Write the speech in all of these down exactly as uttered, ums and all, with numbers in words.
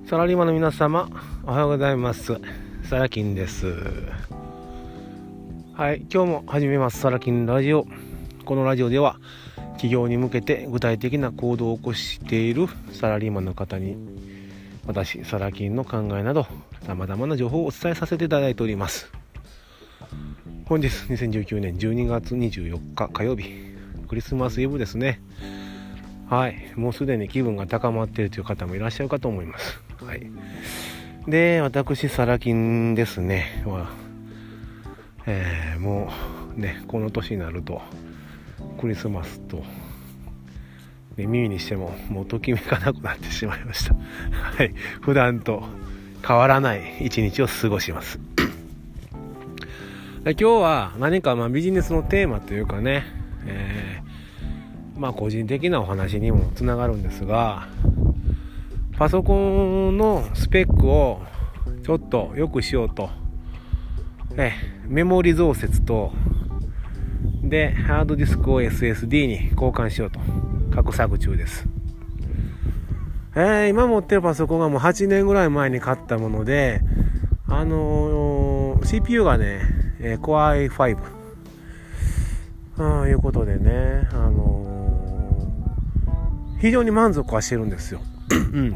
サラリーマンの皆様、おはようございます。サラキンです。はい、今日も始めますサラキンラジオ。このラジオでは企業に向けて具体的な行動を起こしているサラリーマンの方に、私サラキンの考えなど様々な情報をお伝えさせていただいております。本日にせんじゅうきゅうねんじゅうにがつにじゅうよっか火曜日、クリスマスイブですね。はい、もうすでに気分が高まっているという方もいらっしゃるかと思います。はい、で、私サラキンですねは、えー、もうねこの年になるとクリスマスと、ね、耳にしてももうときめかなくなってしまいました。はい、普段と変わらない一日を過ごします。で、今日は何かまあビジネスのテーマというかね、えー、まあ個人的なお話にもつながるんですが、パソコンのスペックをちょっと良くしようと、えメモリ増設とでハードディスクを エスエスディー に交換しようと画策中です。えー、今持ってるパソコンがもうはちねんぐらい前に買ったもので、あのー、シーピーユー がね、えー、Core アイファイブ ということでね、あのー、非常に満足はしてるんですよ。うん、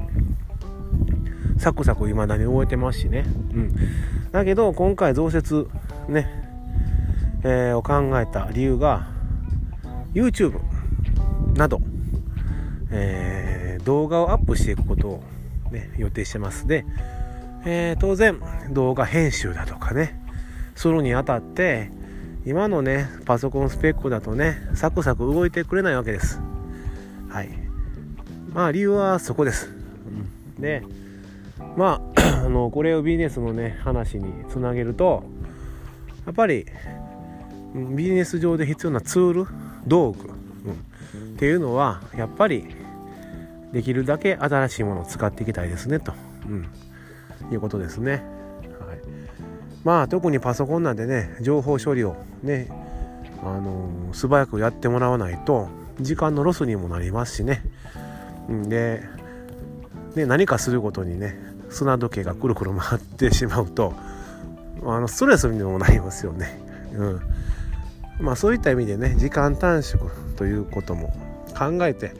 サクサク未だに動いてますしね、うん、だけど今回増設ね、えー、を考えた理由が YouTube など、えー、動画をアップしていくことを、ね、予定してますで、えー、当然動画編集だとかねするにあたって今のねパソコンスペックだとねサクサク動いてくれないわけです。はい、まあ理由はそこです。うん、で、まああのこれをビジネスのね話につなげると、やっぱりビジネス上で必要なツール、道具、うん、っていうのはやっぱりできるだけ新しいものを使っていきたいですねと、うん、いうことですね。はい、まあ特にパソコンなんでね情報処理をね、あのー、素早くやってもらわないと時間のロスにもなりますしね。で、で何かするごとにね砂時計がくるくる回ってしまうとあのストレスにもなりますよね。うん、まあそういった意味でね時間短縮ということも考えて、うん、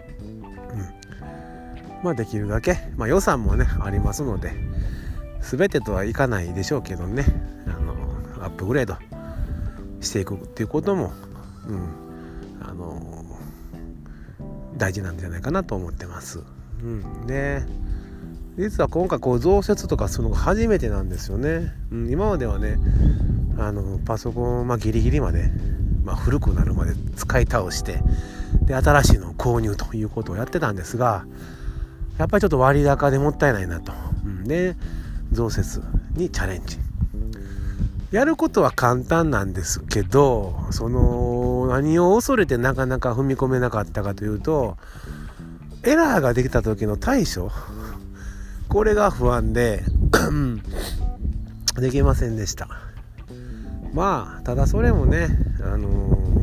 まあできるだけ、まあ、予算もねありますので全てとはいかないでしょうけどね、あのアップグレードしていくっていうことも、うん、あの大事なんじゃないかなと思ってます。うん、で実は今回こう増設とかするのが初めてなんですよね。うん、今まではねあのパソコン、まあ、ギリギリまで、まあ、古くなるまで使い倒してで新しいのを購入ということをやってたんですが、やっぱりちょっと割高でもったいないなと、うん、で増設にチャレンジ。やることは簡単なんですけど、その何を恐れてなかなか踏み込めなかったかというと、エラーができた時の対処、これが不安でできませんでした。まあただそれもね、あの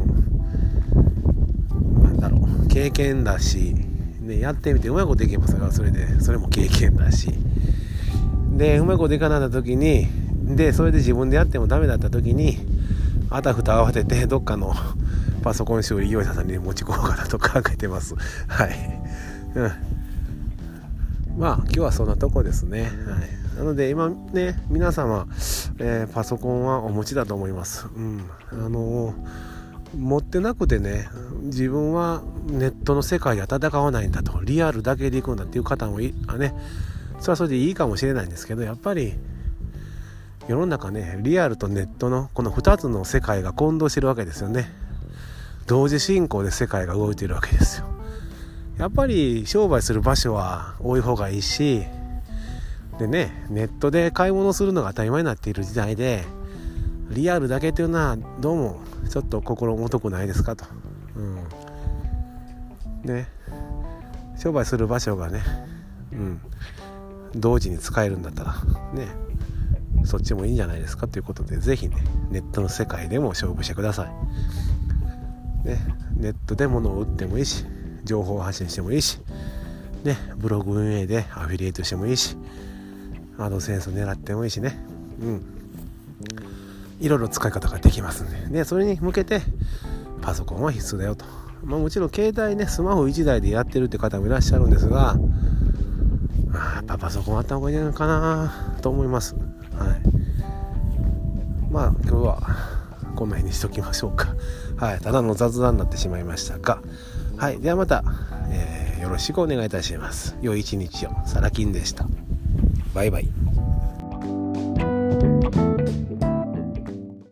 ー、なんだろう経験だし、ね、やってみてうまいこといけますから、それでそれも経験だし、でうまいこといかなかった時にでそれで自分でやってもダメだった時にあたふた慌ててどっかのパソコン修理業者さんに持ち込もうかなと考えてます。はい、うん、まあ今日はそんなとこですね。はい、なので今ね皆様、えー、パソコンはお持ちだと思います。うん、あのー、持ってなくてね自分はネットの世界では戦わないんだと、リアルだけでいくんだっていう方もいあね、それはそれでいいかもしれないんですけど、やっぱり世の中ねリアルとネットのこのふたつの世界が混同してるわけですよね。同時進行で世界が動いているわけですよ。やっぱり商売する場所は多い方がいいし、でねネットで買い物するのが当たり前になっている時代でリアルだけというのはどうもちょっと心もとくないですかと、うん、ね商売する場所がね、うん、同時に使えるんだったらねそっちもいいんじゃないですかということで、ぜひねネットの世界でも勝負してください、ね、ネットで物を売ってもいいし情報を発信してもいいし、 ね、ブログ運営でアフィリエイトしてもいいし、アドセンス狙ってもいいしね、うんいろいろ使い方ができますんで、でそれに向けてパソコンは必須だよと。まあもちろん携帯ねスマホいちだいでやってるって方もいらっしゃるんですが、あやっぱパソコンあった方がいいんじゃないかなと思います。はい。まあ今日はこんな日にしときましょうか。はい。ただの雑談になってしまいましたが、はい。ではまた、えー、よろしくお願いいたします。良い一日を。サラキンでした。バイバイ。